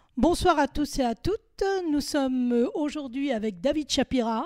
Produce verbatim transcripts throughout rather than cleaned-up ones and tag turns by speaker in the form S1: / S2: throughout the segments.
S1: Bonsoir à tous et à toutes. Nous sommes aujourd'hui avec David Shapira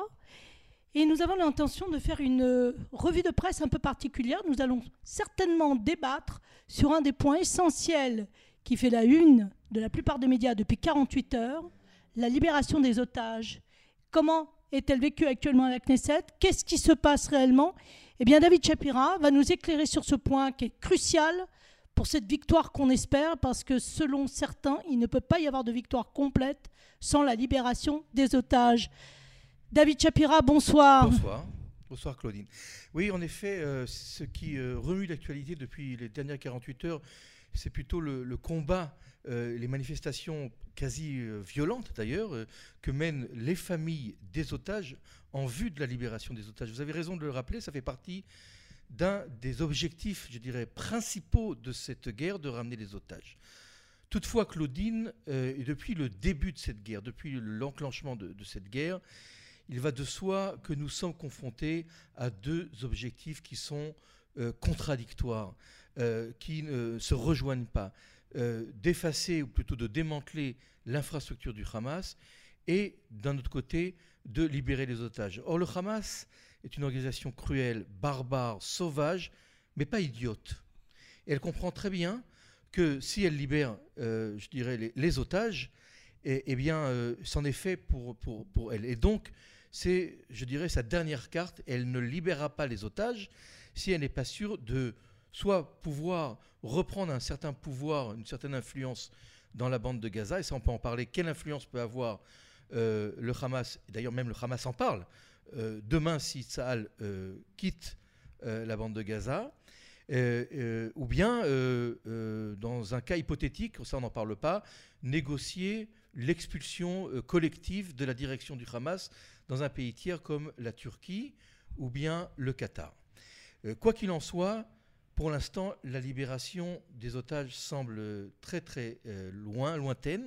S1: et nous avons l'intention de faire une revue de presse un peu particulière. Nous allons certainement débattre sur un des points essentiels qui fait la une de la plupart des médias depuis quarante-huit heures, la libération des otages. Comment est-elle vécue actuellement à la Knesset? Qu'est-ce qui se passe réellement? Eh bien, David Shapira va nous éclairer sur ce point qui est crucial pour cette victoire qu'on espère, parce que selon certains, il ne peut pas y avoir de victoire complète sans la libération des otages. David Shapira, bonsoir.
S2: Bonsoir. Bonsoir Claudine. Oui, en effet, euh, ce qui euh, remue l'actualité depuis les dernières quarante-huit heures, c'est plutôt le, le combat, euh, les manifestations quasi euh, violentes d'ailleurs, euh, que mènent les familles des otages en vue de la libération des otages. Vous avez raison de le rappeler, ça fait partie d'un des objectifs, je dirais, principaux de cette guerre, de ramener les otages. Toutefois, Claudine, euh, et depuis le début de cette guerre, depuis l'enclenchement de, de cette guerre, il va de soi que nous sommes confrontés à deux objectifs qui sont euh, contradictoires, euh, qui ne se rejoignent pas. Euh, d'effacer, ou plutôt de démanteler l'infrastructure du Hamas, et d'un autre côté, de libérer les otages. Or, le Hamas est une organisation cruelle, barbare, sauvage, mais pas idiote. Et elle comprend très bien que si elle libère, euh, je dirais, les, les otages, eh, eh bien, euh, c'en est fait pour, pour, pour elle. Et donc, c'est, je dirais, sa dernière carte. Elle ne libérera pas les otages si elle n'est pas sûre de soit pouvoir reprendre un certain pouvoir, une certaine influence dans la bande de Gaza. Et ça, on peut en parler. Quelle influence peut avoir euh, le Hamas? D'ailleurs, même le Hamas en parle. Euh, demain, si Tsahal euh, quitte euh, la bande de Gaza, euh, euh, ou bien, euh, euh, dans un cas hypothétique, ça on n'en parle pas, négocier l'expulsion euh, collective de la direction du Hamas dans un pays tiers comme la Turquie ou bien le Qatar. Euh, quoi qu'il en soit, pour l'instant, la libération des otages semble très très euh, loin, lointaine,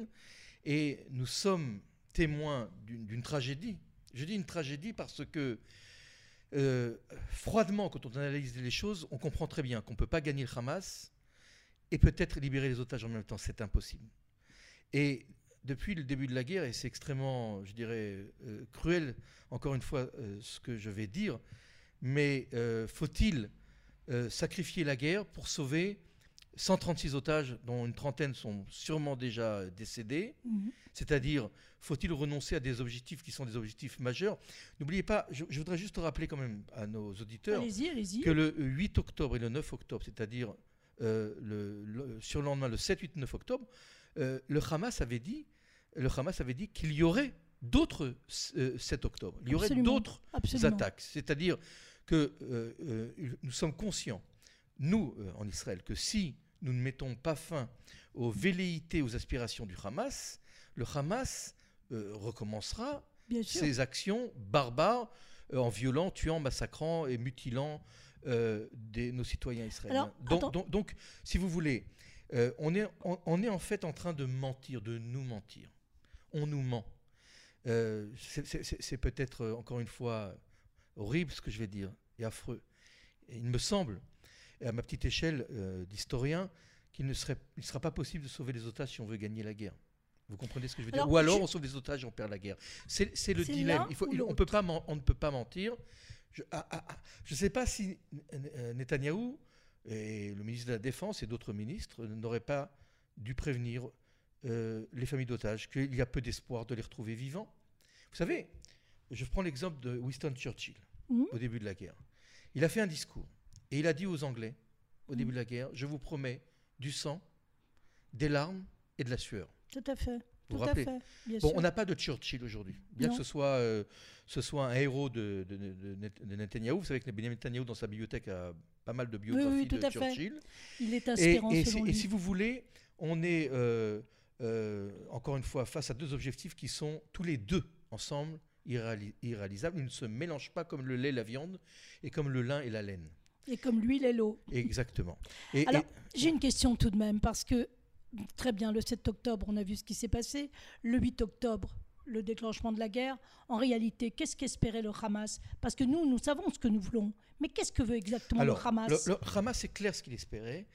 S2: et nous sommes témoins d'une, d'une tragédie. Je dis une tragédie parce que, euh, froidement, quand on analyse les choses, on comprend très bien qu'on ne peut pas gagner le Hamas et peut-être libérer les otages en même temps. C'est impossible. Et depuis le début de la guerre, et c'est extrêmement, je dirais, euh, cruel, encore une fois, euh, ce que je vais dire, mais euh, faut-il euh, sacrifier la guerre pour sauver cent trente-six otages, dont une trentaine sont sûrement déjà décédés? Mmh. C'est-à-dire, faut-il renoncer à des objectifs qui sont des objectifs majeurs? N'oubliez pas, je, je voudrais juste rappeler quand même à nos auditeurs
S1: allez-y, allez-y.
S2: que le huit octobre et le neuf octobre, c'est-à-dire euh, le, le surlendemain, le sept, huit, neuf octobre, euh, le Hamas avait dit, le Hamas avait dit qu'il y aurait d'autres euh, sept octobre. Il y aurait
S1: Absolument.
S2: d'autres
S1: Absolument.
S2: attaques. C'est-à-dire que euh, euh, nous sommes conscients, nous, euh, en Israël, que si nous ne mettons pas fin aux velléités, aux aspirations du Hamas, le Hamas euh, recommencera ses actions barbares euh, en violant, tuant, massacrant et mutilant euh, des, nos citoyens israéliens.
S1: Alors,
S2: donc, donc, donc, si vous voulez, euh, on, est, on, on est en fait en train de mentir, de nous mentir. On nous ment. Euh, c'est, c'est, c'est peut-être, euh, encore une fois, horrible ce que je vais dire, et affreux. Et il me semble, à ma petite échelle euh, d'historien, qu'il ne serait, il sera pas possible de sauver les otages si on veut gagner la guerre. Vous comprenez ce que je veux dire?
S1: Alors,
S2: Ou alors
S1: je...
S2: on sauve les otages et on perd la guerre. C'est, c'est le
S1: c'est
S2: dilemme. Il faut, il, on, peut pas, on ne peut pas mentir. Je ne ah, ah, ah, sais pas si Netanyahou et le ministre de la Défense et d'autres ministres n'auraient pas dû prévenir euh, les familles d'otages qu'il y a peu d'espoir de les retrouver vivants. Vous savez, je prends l'exemple de Winston Churchill mmh. au début de la guerre. Il a fait un discours et il a dit aux Anglais au mmh. début de la guerre, je vous promets du sang, des larmes et de la sueur.
S1: Tout à fait.
S2: Vous
S1: Tout
S2: rappelez?
S1: à fait, bien
S2: bon,
S1: sûr.
S2: on n'a pas de Churchill aujourd'hui. Bien non. que ce soit, euh, ce soit un héros de, de, de, de Netanyahou. Vous savez que Benjamin Netanyahou, dans sa bibliothèque, a pas mal de biographies
S1: oui, oui, tout
S2: de
S1: à
S2: Churchill.
S1: Fait. Il est inspirant
S2: et, et,
S1: selon
S2: si,
S1: lui.
S2: et si vous voulez, on est, euh, euh, encore une fois, face à deux objectifs qui sont tous les deux ensemble irréalis- irréalisables. Ils ne se mélangent pas comme le lait et la viande et comme le lin et la laine.
S1: Et comme l'huile et l'eau.
S2: Exactement. Et,
S1: Alors,
S2: et...
S1: j'ai une question tout de même, parce que, très bien, le sept octobre, on a vu ce qui s'est passé. Le huit octobre, le déclenchement de la guerre. En réalité, qu'est-ce qu'espérait le Hamas? Parce que nous, nous savons ce que nous voulons. Mais qu'est-ce que veut exactement
S2: Alors,
S1: le Hamas?
S2: le, le Hamas, c'est clair ce qu'il espérait.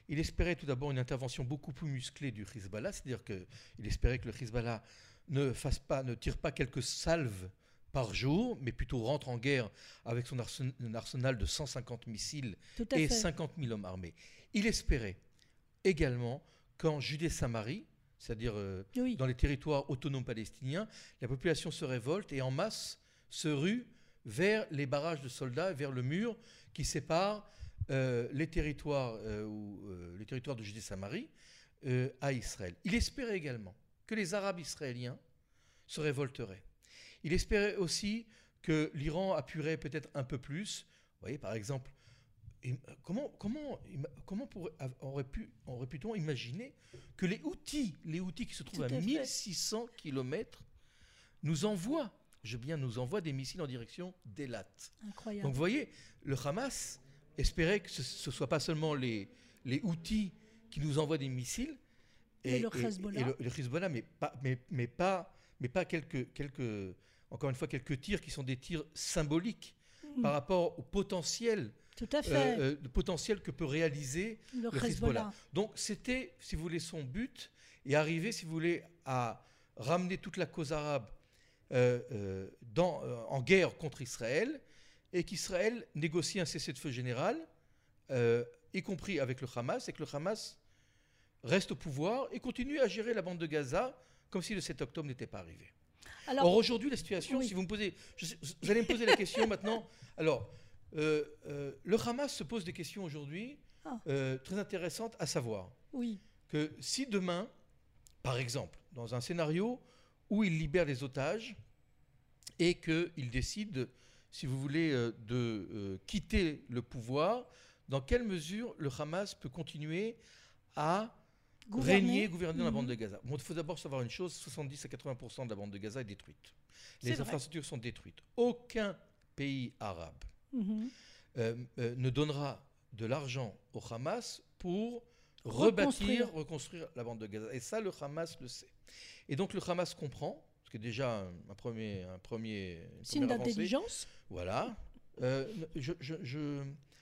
S2: Il espérait tout d'abord une intervention beaucoup plus musclée du Hezbollah, c'est-à-dire qu'il espérait que le Hezbollah ne, fasse pas, ne tire pas quelques salves par jour, mais plutôt rentre en guerre avec son arsenal de cent cinquante missiles et
S1: fait.
S2: cinquante mille hommes armés. Il espérait également qu'en Judée-Samarie, c'est-à-dire euh, oui. dans les territoires autonomes palestiniens, la population se révolte et en masse se rue vers les barrages de soldats, vers le mur qui sépare euh, les, territoires, euh, ou, euh, les territoires de Judée-Samarie euh, à Israël. Il espérait également que les Arabes israéliens se révolteraient. Il espérait aussi que l'Iran appuierait peut-être un peu plus. Vous voyez, par exemple, comment, comment, comment pourrait, aurait pu, aurait-on imaginer que les Houthis, les Houthis qui se trouvent à, à mille six cents kilomètres, nous envoient, je bien, nous envoient des missiles en direction d'Elat.
S1: Incroyable.
S2: Donc vous voyez, le Hamas espérait que ce ne soit pas seulement les, les Houthis qui nous envoient des missiles,
S1: et, et le Hezbollah,
S2: et le, le Hezbollah mais pas, mais, mais pas, mais pas quelques, quelques, encore une fois, quelques tirs qui sont des tirs symboliques mmh. par rapport au potentiel,
S1: Tout à fait.
S2: Euh, euh, le potentiel que peut réaliser le, le Hezbollah. Hezbollah. Donc c'était, si vous voulez, son but, et arriver, si vous voulez, à ramener toute la cause arabe euh, euh, dans, euh, en guerre contre Israël, et qu'Israël négocie un cessez-le-feu général, euh, y compris avec le Hamas, et que le Hamas reste au pouvoir et continue à gérer la bande de Gaza comme si le sept octobre n'était pas arrivé. Alors, Or aujourd'hui, la situation, oui. si vous me posez, je, vous allez me poser la question maintenant. Alors, euh, euh, le Hamas se pose des questions aujourd'hui ah. euh, très intéressantes, à savoir
S1: oui.
S2: que si demain, par exemple, dans un scénario où il libère les otages et qu'il décide, si vous voulez, euh, de euh, quitter le pouvoir, dans quelle mesure le Hamas peut continuer à Gouverner. régner, gouverner dans mmh. la bande de Gaza. Bon, il faut d'abord savoir une chose, soixante-dix à quatre-vingts pour cent de la bande de Gaza est détruite. Les infrastructures vrai. sont détruites. Aucun pays arabe mmh. euh, euh, ne donnera de l'argent au Hamas pour rebâtir, reconstruire la bande de Gaza. Et ça, le Hamas le sait. Et donc le Hamas comprend, ce qui est déjà un, un premier... Un premier
S1: signe d'intelligence.
S2: Voilà. Euh, je, je, je,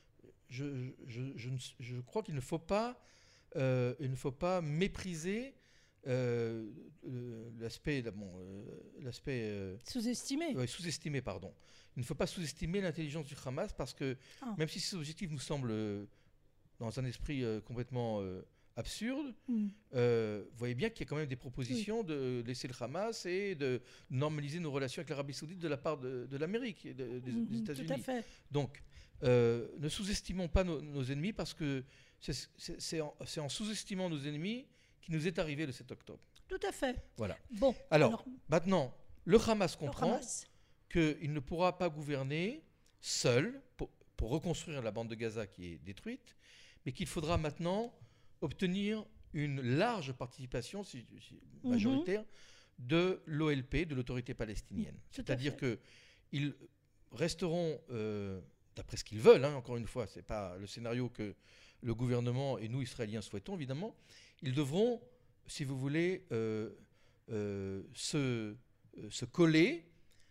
S2: je, je, je, je crois qu'il ne faut pas Euh, il ne faut pas mépriser euh, euh, l'aspect, bon, euh, l'aspect euh,
S1: sous-estimé.
S2: Euh, sous-estimé, pardon. Il ne faut pas sous-estimer l'intelligence du Hamas parce que oh. même si ces objectifs nous semblent euh, dans un esprit euh, complètement euh, absurde, mm. euh, vous voyez bien qu'il y a quand même des propositions oui. de laisser le Hamas et de normaliser nos relations avec l'Arabie Saoudite de la part de, de l'Amérique et de, des, mm-hmm, des États-Unis.
S1: Tout à fait.
S2: Donc, euh, ne sous-estimons pas nos, nos ennemis parce que C'est, c'est, c'est, en, c'est en sous-estimant nos ennemis qu'il nous est arrivé le sept octobre.
S1: Tout à fait.
S2: Voilà.
S1: Bon,
S2: alors,
S1: alors
S2: maintenant, le Hamas comprend
S1: le Hamas.
S2: qu'il ne pourra pas gouverner seul pour, pour reconstruire la bande de Gaza qui est détruite, mais qu'il faudra maintenant obtenir une large participation si, si, majoritaire mm-hmm. de l'O L P, de l'autorité palestinienne.
S1: Tout
S2: C'est-à-dire qu'ils resteront, euh, d'après ce qu'ils veulent, hein, encore une fois, ce n'est pas le scénario que le gouvernement et nous, Israéliens, souhaitons, évidemment, ils devront, si vous voulez, euh, euh, se, euh, se coller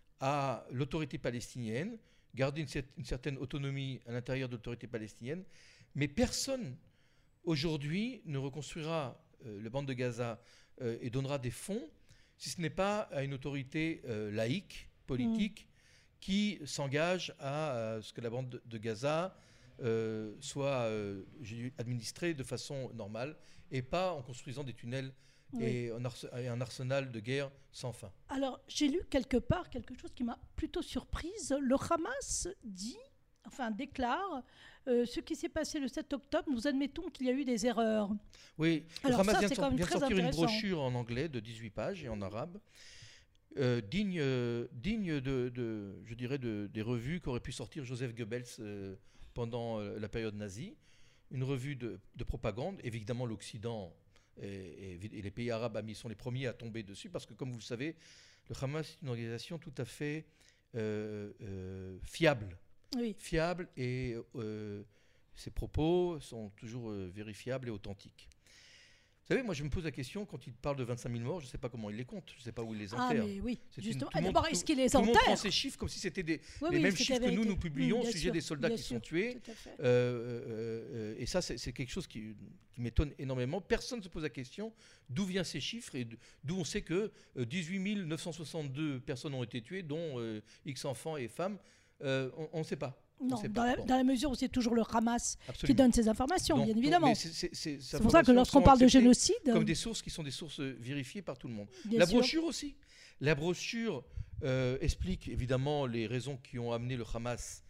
S2: à l'autorité palestinienne, garder une, une certaine autonomie à l'intérieur de l'autorité palestinienne, mais personne, aujourd'hui, ne reconstruira euh, la bande de Gaza euh, et donnera des fonds, si ce n'est pas à une autorité euh, laïque, politique, mmh. qui s'engage à, à ce que la bande de, de Gaza Euh, soit euh, administré de façon normale et pas en construisant des tunnels oui. et, un et un arsenal de guerre sans fin.
S1: Alors, j'ai lu quelque part quelque chose qui m'a plutôt surprise. Le Hamas dit, enfin déclare, euh, ce qui s'est passé le sept octobre, nous admettons qu'il y a eu des erreurs.
S2: Oui, le Hamas vient de sortir une brochure en anglais de dix-huit pages et en arabe, euh, digne, euh, digne de, de, je dirais, de, des revues qu'aurait pu sortir Joseph Goebbels euh, pendant euh, la période nazie, une revue de, de propagande. Évidemment, l'Occident et, et, et les pays arabes amis sont les premiers à tomber dessus, parce que, comme vous le savez, le Hamas est une organisation tout à fait euh, euh, fiable.
S1: Oui.
S2: Fiable, et euh, ses propos sont toujours euh, vérifiables et authentiques. Vous savez, moi je me pose la question, quand il parle de vingt-cinq mille morts, je ne sais pas comment il les compte, je ne sais pas où il les
S1: Ah,
S2: enterre.
S1: mais oui,
S2: C'est
S1: justement.
S2: une- tout le
S1: D'abord,
S2: monde-
S1: est-ce qu'il les
S2: Tout le monde prend
S1: enterre?
S2: ces chiffres comme si c'était des,
S1: Oui,
S2: les
S1: oui,
S2: mêmes
S1: c'était
S2: chiffres que
S1: avec-
S2: nous, nous
S1: Mm,
S2: publions au
S1: bien
S2: sujet
S1: sûr,
S2: des soldats
S1: bien
S2: qui
S1: sûr,
S2: sont tués.
S1: tout à fait.
S2: Euh, euh, euh, et ça, c'est c'est quelque chose qui, qui m'étonne énormément. Personne ne se pose la question d'où viennent ces chiffres et d'où on sait que euh, dix-huit mille neuf cent soixante-deux personnes ont été tuées, dont euh, X enfants et femmes. Euh, on ne sait pas. On
S1: Non,
S2: sait
S1: dans
S2: pas.
S1: la,
S2: Bon,
S1: dans la mesure où c'est toujours le Hamas qui
S2: absolument.
S1: donne ces informations,
S2: Donc,
S1: bien
S2: donc,
S1: évidemment.
S2: mais c'est- c'est- c'est- ces
S1: C'est pour ça que
S2: informations
S1: lorsqu'on
S2: sont
S1: parle de
S2: acceptées
S1: génocide,
S2: comme des sources qui sont des sources euh, vérifiées par tout le monde.
S1: bien
S2: La
S1: sûr,
S2: brochure aussi. La brochure euh, explique évidemment les raisons qui ont amené le Hamas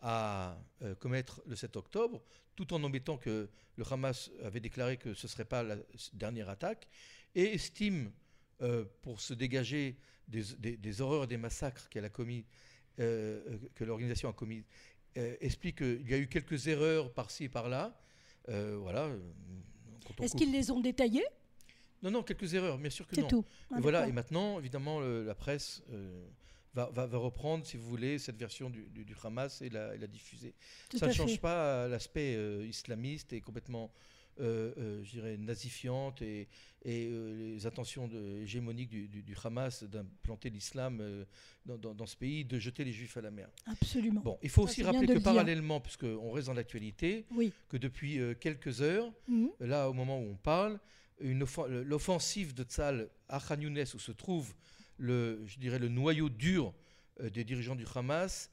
S2: à euh, commettre le sept octobre, tout en omettant que le Hamas avait déclaré que ce ne serait pas la dernière attaque, et estime, euh, pour se dégager des, des- des horreurs et des massacres qu'elle a commis, euh, que l'organisation a commis, euh, explique qu'il y a eu quelques erreurs par-ci et par-là. Euh, voilà. euh, quand on
S1: est-ce
S2: coupe-
S1: qu'ils les ont détaillés?
S2: Non, non, quelques erreurs, bien sûr que
S1: C'est
S2: non.
S1: tout. Ah,
S2: Et voilà,
S1: d'accord.
S2: et maintenant, évidemment, le- la presse euh, va, va- va reprendre, si vous voulez, cette version du, du- du Hamas et la, et la diffuser.
S1: Tout
S2: Ça
S1: à
S2: ne change
S1: fait.
S2: pas l'aspect euh, islamiste et complètement, euh, euh, je dirais, nazifiante et, et, euh, les intentions de- hégémoniques du, du- du Hamas d'implanter l'islam euh, dans, dans- dans ce pays, de jeter les Juifs à la mer.
S1: Absolument.
S2: Bon, il faut
S1: Ça,
S2: aussi
S1: c'est bien
S2: rappeler
S1: de
S2: que
S1: le dire.
S2: parallèlement, puisqu'on reste dans l'actualité,
S1: Oui.
S2: que depuis euh, quelques heures,
S1: Mhm.
S2: là, au moment où on parle, une offen- l'offensive de Tzal à Khan Younes, où se trouve le, je dirais, le noyau dur euh, des dirigeants du Hamas,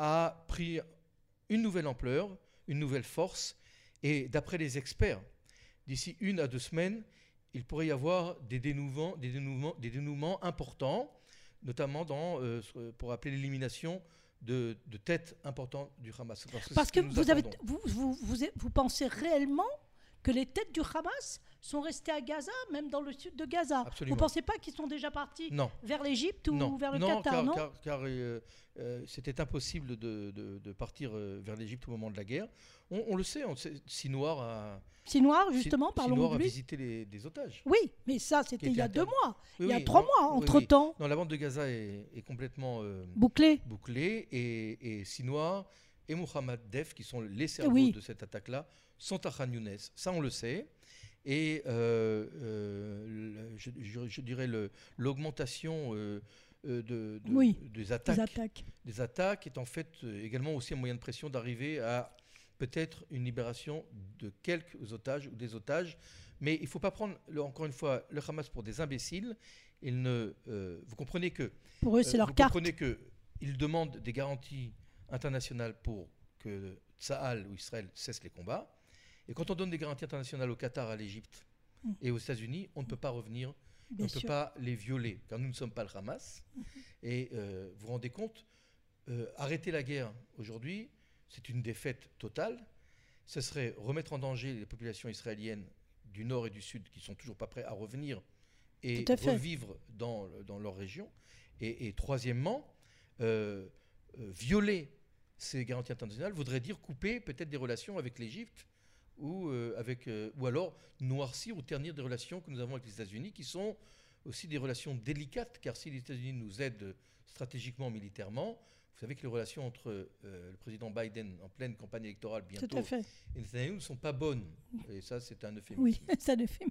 S2: a pris une nouvelle ampleur, une nouvelle force. Et d'après les experts, d'ici une à deux semaines, il pourrait y avoir des dénouements, des dénouements, des dénouements importants, notamment dans, euh, pour appeler l'élimination de, de têtes importantes du Hamas. Parce que,
S1: Parce
S2: c'est
S1: que
S2: ce nous
S1: vous, avez,
S2: attendons.
S1: vous, vous, vous, êtes- vous pensez réellement que les têtes du Hamas sont restées à Gaza, même dans le sud de Gaza?
S2: Absolument.
S1: Vous ne pensez pas qu'ils sont déjà partis
S2: Non.
S1: vers l'Égypte ou
S2: Non,
S1: vers le
S2: non,
S1: Qatar,
S2: car,
S1: non
S2: car- car, euh, euh, c'était impossible de, de- de partir euh, vers l'Égypte au moment de la guerre. On, on le sait, on le sait, Sinoir a,
S1: Sinoir, justement,
S2: Sin-
S1: parlons
S2: Sinoir
S1: de
S2: a
S1: lui.
S2: visité les, des otages.
S1: Oui, mais ça, c'était
S2: Qui
S1: il y a
S2: était
S1: deux
S2: interne.
S1: mois.
S2: Oui,
S1: il y a
S2: oui,
S1: trois
S2: non,
S1: mois,
S2: oui,
S1: entre-temps.
S2: Non, la bande de Gaza est, est complètement euh,
S1: Bouclé.
S2: bouclée et, et Sinoir et Mohamed Def, qui sont les cerveaux
S1: Oui.
S2: de cette attaque-là, sont à Khan Younes. Ça, on le sait. Et euh, euh, le- je, je- je dirais le- l'augmentation euh, euh, de, de-
S1: Oui,
S2: des attaques
S1: Les attaques.
S2: des attaques est en fait euh, également aussi un moyen de pression d'arriver à peut-être une libération de quelques otages ou des otages. Mais il ne faut pas prendre, le- encore une fois, le Hamas pour des imbéciles. Il ne, euh, vous comprenez que
S1: Pour eux, c'est
S2: euh,
S1: leur
S2: vous
S1: carte.
S2: comprenez qu'ils demandent des garanties internationales pour que Tsahal ou Israël cesse les combats. Et quand on donne des garanties internationales au Qatar, à l'Égypte
S1: Mm.
S2: et aux États-Unis, on ne peut pas revenir,
S1: Bien
S2: on ne peut
S1: sûr.
S2: pas les violer, car nous ne sommes pas le Hamas. Et euh, vous vous rendez compte, euh, arrêter la guerre aujourd'hui, c'est une défaite totale. Ce serait remettre en danger les populations israéliennes du nord et du sud qui sont toujours pas prêts à revenir et
S1: Tout à fait.
S2: revivre dans, dans leur région. Et, et troisièmement, euh, euh, violer ces garanties internationales voudrait dire couper peut-être des relations avec l'Égypte ou, euh, avec, euh, ou alors noircir ou ternir des relations que nous avons avec les États-Unis, qui sont aussi des relations délicates, car si les États-Unis nous aident stratégiquement, militairement, vous savez que les relations entre euh, le président Biden en pleine campagne électorale
S1: Tout
S2: bientôt
S1: à fait.
S2: et les États-Unis ne sont pas bonnes. Et ça, c'est un euphémisme.
S1: Oui, ça ne fait.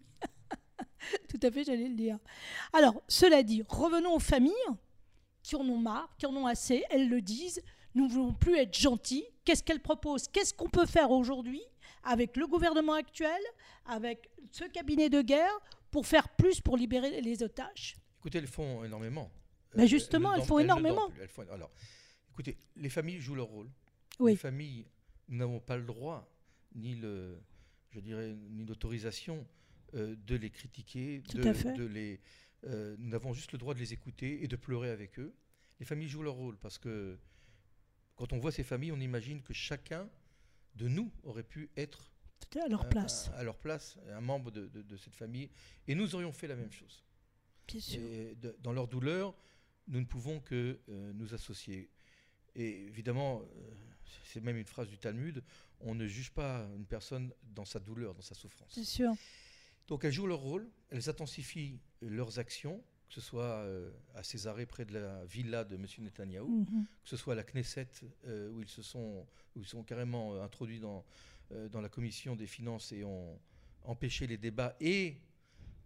S1: Tout à fait, j'allais le dire. Alors, cela dit, revenons aux familles qui en ont marre, qui en ont assez. Elles le disent. Nous ne voulons plus être gentils. Qu'est-ce qu'elles proposent? Qu'est-ce qu'on peut faire aujourd'hui avec le gouvernement actuel, avec ce cabinet de guerre, pour faire plus pour libérer les otages?
S2: Écoutez, elles font énormément.
S1: Ben
S2: Euh,
S1: justement,
S2: ne
S1: elles
S2: dorment-
S1: font
S2: ne
S1: énormément.
S2: dorment plus. Elles font- alors, écoutez, les familles jouent leur rôle.
S1: Oui.
S2: Les familles, nous n'avons pas le droit, ni le, je dirais, ni l'autorisation euh, de les critiquer,
S1: Tout
S2: de,
S1: à fait.
S2: de les. euh, nous avons juste le droit de les écouter et de pleurer avec eux. Les familles jouent leur rôle parce que quand on voit ces familles, on imagine que chacun de nous aurait pu être
S1: Tout à leur
S2: un-
S1: place,
S2: un- à leur place, un membre de, de- de cette famille, et nous aurions fait la même chose.
S1: bien sûr.
S2: Et de- dans leur douleur, nous ne pouvons que euh, nous associer. Et évidemment, euh, c'est même une phrase du Talmud, on ne juge pas une personne dans sa douleur, dans sa souffrance.
S1: C'est sûr.
S2: Donc elles jouent leur rôle, elles intensifient leurs actions, que ce soit euh, à Césarée, près de la villa de M. Netanyahou,
S1: Mhm.
S2: que ce soit à la Knesset, euh, où ils se sont, où ils sont carrément euh, introduits dans, euh, dans la commission des finances et ont empêché les débats et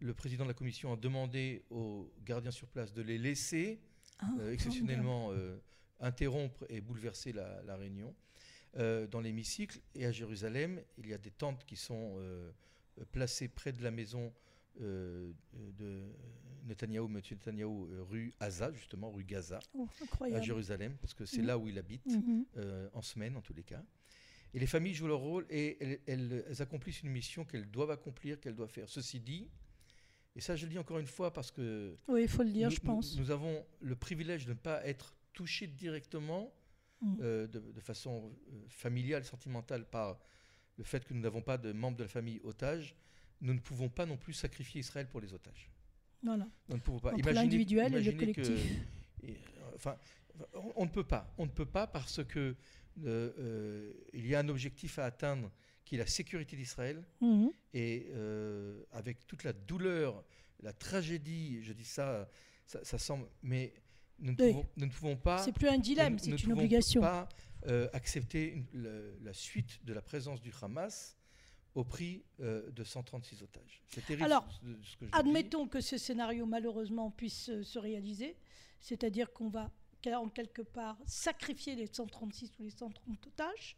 S2: le président de la commission a demandé aux gardiens sur place de les laisser
S1: Ah,
S2: euh, exceptionnellement euh, interrompre et bouleverser la, la réunion. Euh, dans l'hémicycle et à Jérusalem, il y a des tentes qui sont euh, placées près de la maison euh, de Netanyahou, M. Netanyahou, euh, rue Gaza, justement, rue Gaza,
S1: Oh,
S2: à
S1: incroyable.
S2: Jérusalem, parce que c'est
S1: Mhm.
S2: là où il habite,
S1: Mhm.
S2: euh, en semaine en tous les cas. Et les familles jouent leur rôle et elles, elles- elles accomplissent une mission qu'elles doivent accomplir, qu'elles doivent faire. Ceci dit, et ça je le dis encore une fois parce que
S1: Oui, il faut le dire,
S2: nous,
S1: je pense.
S2: nous- nous avons le privilège de ne pas être touchés directement
S1: Mm.
S2: euh, de, de façon euh, familiale, sentimentale par le fait que nous n'avons pas de membres de la famille otages. Nous ne pouvons pas non plus sacrifier Israël pour les otages.
S1: Voilà.
S2: Nous ne pouvons pas.
S1: Entre
S2: Imaginez-
S1: l'individuel et le
S2: imaginez que-
S1: collectif.
S2: et, euh, enfin, on, on ne peut pas. On ne peut pas parce que euh, euh, il y a un objectif à atteindre qui est la sécurité d'Israël.
S1: Mhm.
S2: Et euh, avec toute la douleur, la tragédie, je dis ça, ça, ça semble, mais nous ne,
S1: Oui.
S2: pouvons, nous ne pouvons pas.
S1: C'est plus un dilemme,
S2: nous-
S1: c'est
S2: nous ne
S1: une
S2: pouvons
S1: obligation.
S2: pas euh, accepter une- le- la suite de la présence du Hamas au prix euh, de cent trente-six otages. C'est terrible.
S1: Alors,
S2: ce, ce que je dis.
S1: Admettons que ce scénario malheureusement puisse euh, se réaliser, c'est-à-dire qu'on va en quelque part sacrifier les cent trente-six ou les cent trente otages.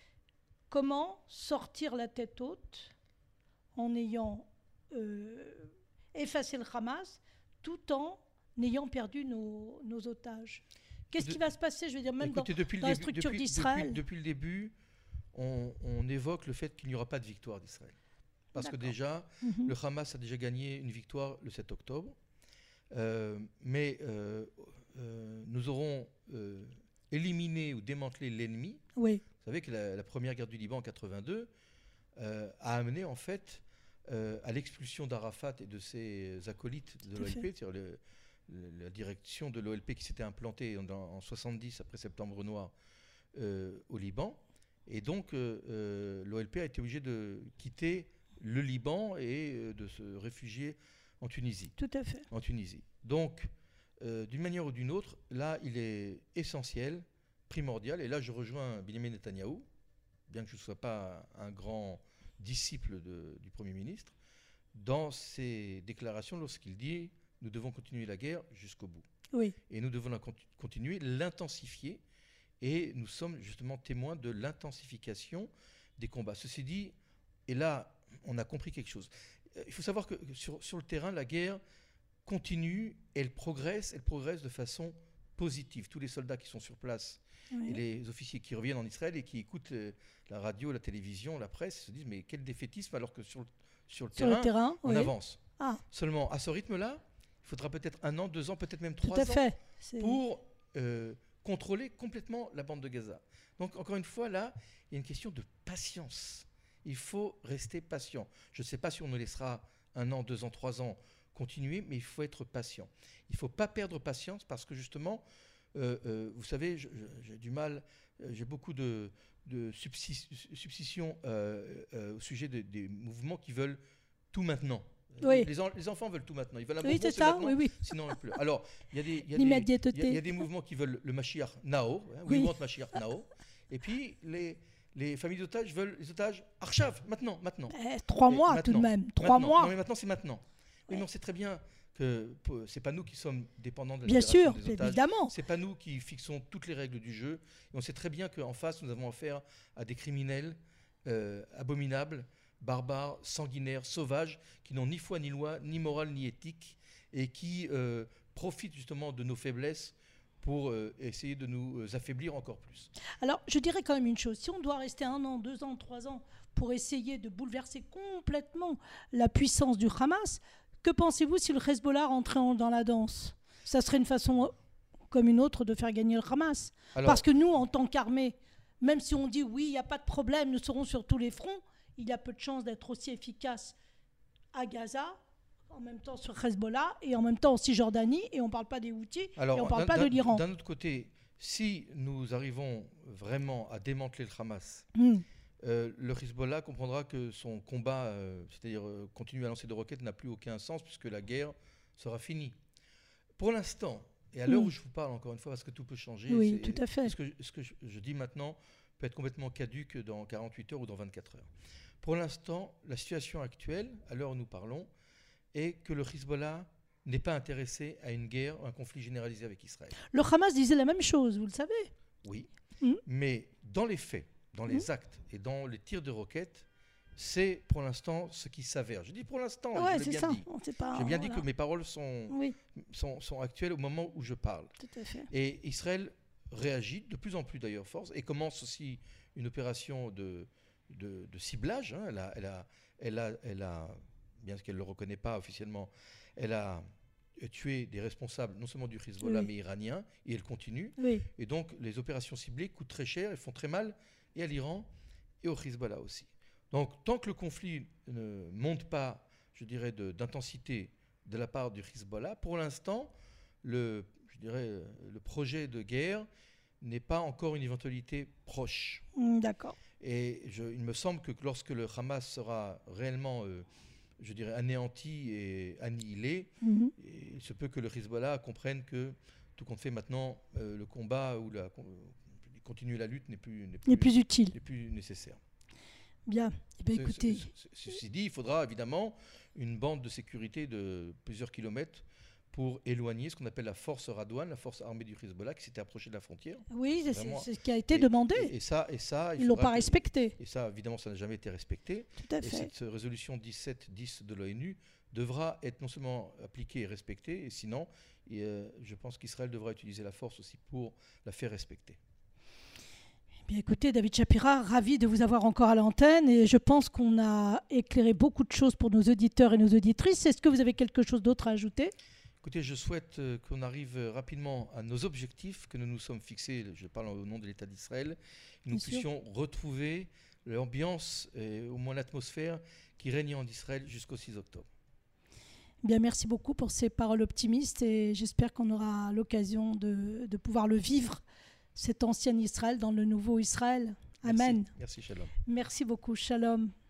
S1: Comment sortir la tête haute en ayant euh, effacé le Hamas tout en ayant perdu nos, nos otages? Qu'est-ce
S2: De-
S1: qui va se passer, je veux dire, même
S2: Écoutez, depuis,
S1: dans
S2: le
S1: la
S2: début,
S1: structure
S2: depuis-
S1: d'Israël.
S2: depuis- depuis le début, on, on évoque le fait qu'il n'y aura pas de victoire d'Israël. Parce que
S1: D'accord.
S2: déjà,
S1: dans... Mhm.
S2: le Hamas a déjà gagné une victoire le sept octobre. Euh, mais euh, euh, nous aurons euh, éliminé ou démantelé l'ennemi.
S1: Oui,
S2: Vous savez que la, la première guerre du Liban en quatre-vingt-deux euh, a amené en fait euh, à l'expulsion d'Arafat et de ses acolytes de
S1: Tout à
S2: l'O L P, c'est-à-dire le- le- la direction de l'O L P qui s'était implantée en, en soixante-dix après Septembre Noir euh, au Liban. Et donc euh, euh, l'O L P a été obligé de quitter le Liban et euh, de se réfugier en Tunisie.
S1: tout à fait.
S2: En Tunisie. Donc, euh, d'une manière ou d'une autre, là, il est essentiel, primordial, et là, je rejoins Benjamin Netanyahou, bien que je ne sois pas un grand disciple de- du Premier ministre, dans ses déclarations lorsqu'il dit « nous devons continuer la guerre jusqu'au bout ».
S1: Oui,
S2: Et nous devons la conti- continuer, l'intensifier, et nous sommes justement témoins de l'intensification des combats. Ceci dit, et là, on a compris quelque chose. Euh, Il faut savoir que sur, sur le terrain, la guerre continue, elle progresse, elle progresse de façon positive. Tous les soldats qui sont sur place
S1: oui.
S2: et les officiers qui reviennent en Israël et qui écoutent euh, la radio, la télévision, la presse, se disent mais quel défaitisme alors que sur le, sur le
S1: Sur
S2: terrain,
S1: le terrain,
S2: on
S1: oui.
S2: avance.
S1: Ah,
S2: Seulement, à ce rythme-là, il faudra peut-être un an, deux ans, peut-être même
S1: tout
S2: trois
S1: à
S2: ans
S1: fait. C'est-
S2: pour euh, contrôler complètement la bande de Gaza. Donc, encore une fois, là, il y a une question de patience. Il faut rester patient. Je ne sais pas si on nous laissera un an, deux ans, trois ans continuer, mais il faut être patient. Il ne faut pas perdre patience parce que justement, euh, euh, vous savez, je- je- j'ai du mal, euh, j'ai beaucoup de, de subsis- substitutions euh, euh, au sujet de- des mouvements qui veulent tout maintenant.
S1: Oui.
S2: Les, en- les enfants veulent tout maintenant. Ils veulent un
S1: Oui,
S2: bonbon,
S1: c'est ça,
S2: maintenant,
S1: oui, oui.
S2: sinon on peut. Alors, il y a des, il y a des- il y a-
S1: L'immédiateté.
S2: il y a des mouvements qui veulent le Mashiach Nao, hein,
S1: Oui.
S2: we want Mashiach Nao, et puis les, les familles d'otages veulent les otages Archav, maintenant, maintenant.
S1: Eh, trois
S2: Et
S1: mois tout de
S2: maintenant,
S1: même. Trois
S2: Maintenant.
S1: mois.
S2: Non, mais maintenant c'est maintenant. Oui,
S1: Ouais.
S2: mais on sait très bien que peu- c'est pas nous qui sommes dépendants de la
S1: Bien
S2: libération
S1: sûr,
S2: des otages.
S1: évidemment.
S2: C'est pas nous qui fixons toutes les règles du jeu. Et on sait très bien qu'en face, nous avons affaire à des criminels euh, abominables, barbares, sanguinaires, sauvages, qui n'ont ni foi ni loi, ni morale ni éthique, et qui euh, profitent justement de nos faiblesses pour euh, essayer de nous euh, affaiblir encore plus.
S1: Alors, je dirais quand même une chose. Si on doit rester un an, deux ans, trois ans pour essayer de bouleverser complètement la puissance du Hamas, que pensez-vous si le Hezbollah rentrait en- dans la danse? Ça serait une façon euh, comme une autre de faire gagner le Hamas.
S2: Alors,
S1: Parce que nous, en tant qu'armée, même si on dit oui, il n'y a pas de problème, nous serons sur tous les fronts, il y a peu de chances d'être aussi efficace à Gaza, en même temps sur Hezbollah, et en même temps en Cisjordanie, et on ne parle pas des Houthis,
S2: alors,
S1: et on ne parle
S2: d'un-
S1: pas de
S2: d'un-
S1: l'Iran.
S2: D'un autre côté, si nous arrivons vraiment à démanteler le Hamas,
S1: Hmm.
S2: Euh, le Hezbollah comprendra que son combat, euh, c'est-à-dire euh, continuer à lancer des roquettes, n'a plus aucun sens puisque la guerre sera finie. Pour l'instant, et à l'heure
S1: Mm.
S2: où je vous parle encore une fois, parce que tout peut changer,
S1: Oui,
S2: c'est-
S1: tout à fait.
S2: ce que, ce que je, je dis maintenant peut être complètement caduque dans quarante-huit heures ou dans vingt-quatre heures. Pour l'instant, la situation actuelle, à l'heure où nous parlons, est que le Hezbollah n'est pas intéressé à une guerre, un conflit généralisé avec Israël.
S1: Le Hamas disait la même chose, vous le savez.
S2: Oui,
S1: mmh.
S2: mais dans les faits, dans les mmh. actes et dans les tirs de roquettes, c'est pour l'instant ce qui s'avère. Je dis pour l'instant,
S1: ouais,
S2: je l'ai bien
S1: ça.
S2: dit.
S1: J'ai
S2: bien voilà. dit que mes paroles sont,
S1: oui.
S2: sont, sont actuelles au moment où je parle.
S1: Tout à fait.
S2: Et Israël réagit de plus en plus d'ailleurs force et commence aussi une opération de, de, de ciblage. Hein. Elle, a, elle, a, elle, a, elle a, bien qu'elle ne le reconnaît pas officiellement, elle a tué des responsables non seulement du Hezbollah oui. mais iraniens, et elle continue.
S1: Oui.
S2: Et donc les opérations ciblées coûtent très cher et font très mal et à l'Iran et au Hezbollah aussi. Donc tant que le conflit ne monte pas, je dirais, de, d'intensité de la part du Hezbollah, pour l'instant, le, je dirais, le projet de guerre n'est pas encore une éventualité proche.
S1: Mmh, d'accord.
S2: Et je, il me semble que lorsque le Hamas sera réellement, euh, je dirais, anéanti et annihilé, mmh. et il se peut que le Hezbollah comprenne que tout compte fait maintenant, euh, le combat ou la, euh, continuer la lutte n'est plus, n'est plus,
S1: n'est plus utile,
S2: n'est plus nécessaire.
S1: Bien. Eh bien, écoutez.
S2: Ceci dit, il faudra évidemment une bande de sécurité de plusieurs kilomètres pour éloigner ce qu'on appelle la force Radouane, la force armée du Hezbollah, qui s'était approchée de la frontière.
S1: Oui, c'est,
S2: Vraiment.
S1: c'est ce qui a été
S2: et,
S1: demandé.
S2: Et, et ça, et ça,
S1: ils ne l'ont pas respecté.
S2: Et ça, évidemment, ça n'a jamais été respecté.
S1: Tout à
S2: et
S1: fait.
S2: cette résolution dix-sept dix de l'ONU devra être non seulement appliquée et respectée, et sinon, et, euh, je pense qu'Israël devra utiliser la force aussi pour la faire respecter.
S1: Bien, écoutez, David Shapira, ravi de vous avoir encore à l'antenne et je pense qu'on a éclairé beaucoup de choses pour nos auditeurs et nos auditrices. Est-ce que vous avez quelque chose d'autre à ajouter ?
S2: Écoutez, je souhaite euh, qu'on arrive rapidement à nos objectifs que nous nous sommes fixés, je parle au nom de l'État d'Israël, et nous Bien puissions sûr. retrouver l'ambiance et au moins l'atmosphère qui règne en Israël jusqu'au six octobre.
S1: Bien, merci beaucoup pour ces paroles optimistes et j'espère qu'on aura l'occasion de, de pouvoir le vivre, cet ancien Israël dans le nouveau Israël. Amen.
S2: Merci, merci Shalom.
S1: Merci beaucoup, Shalom.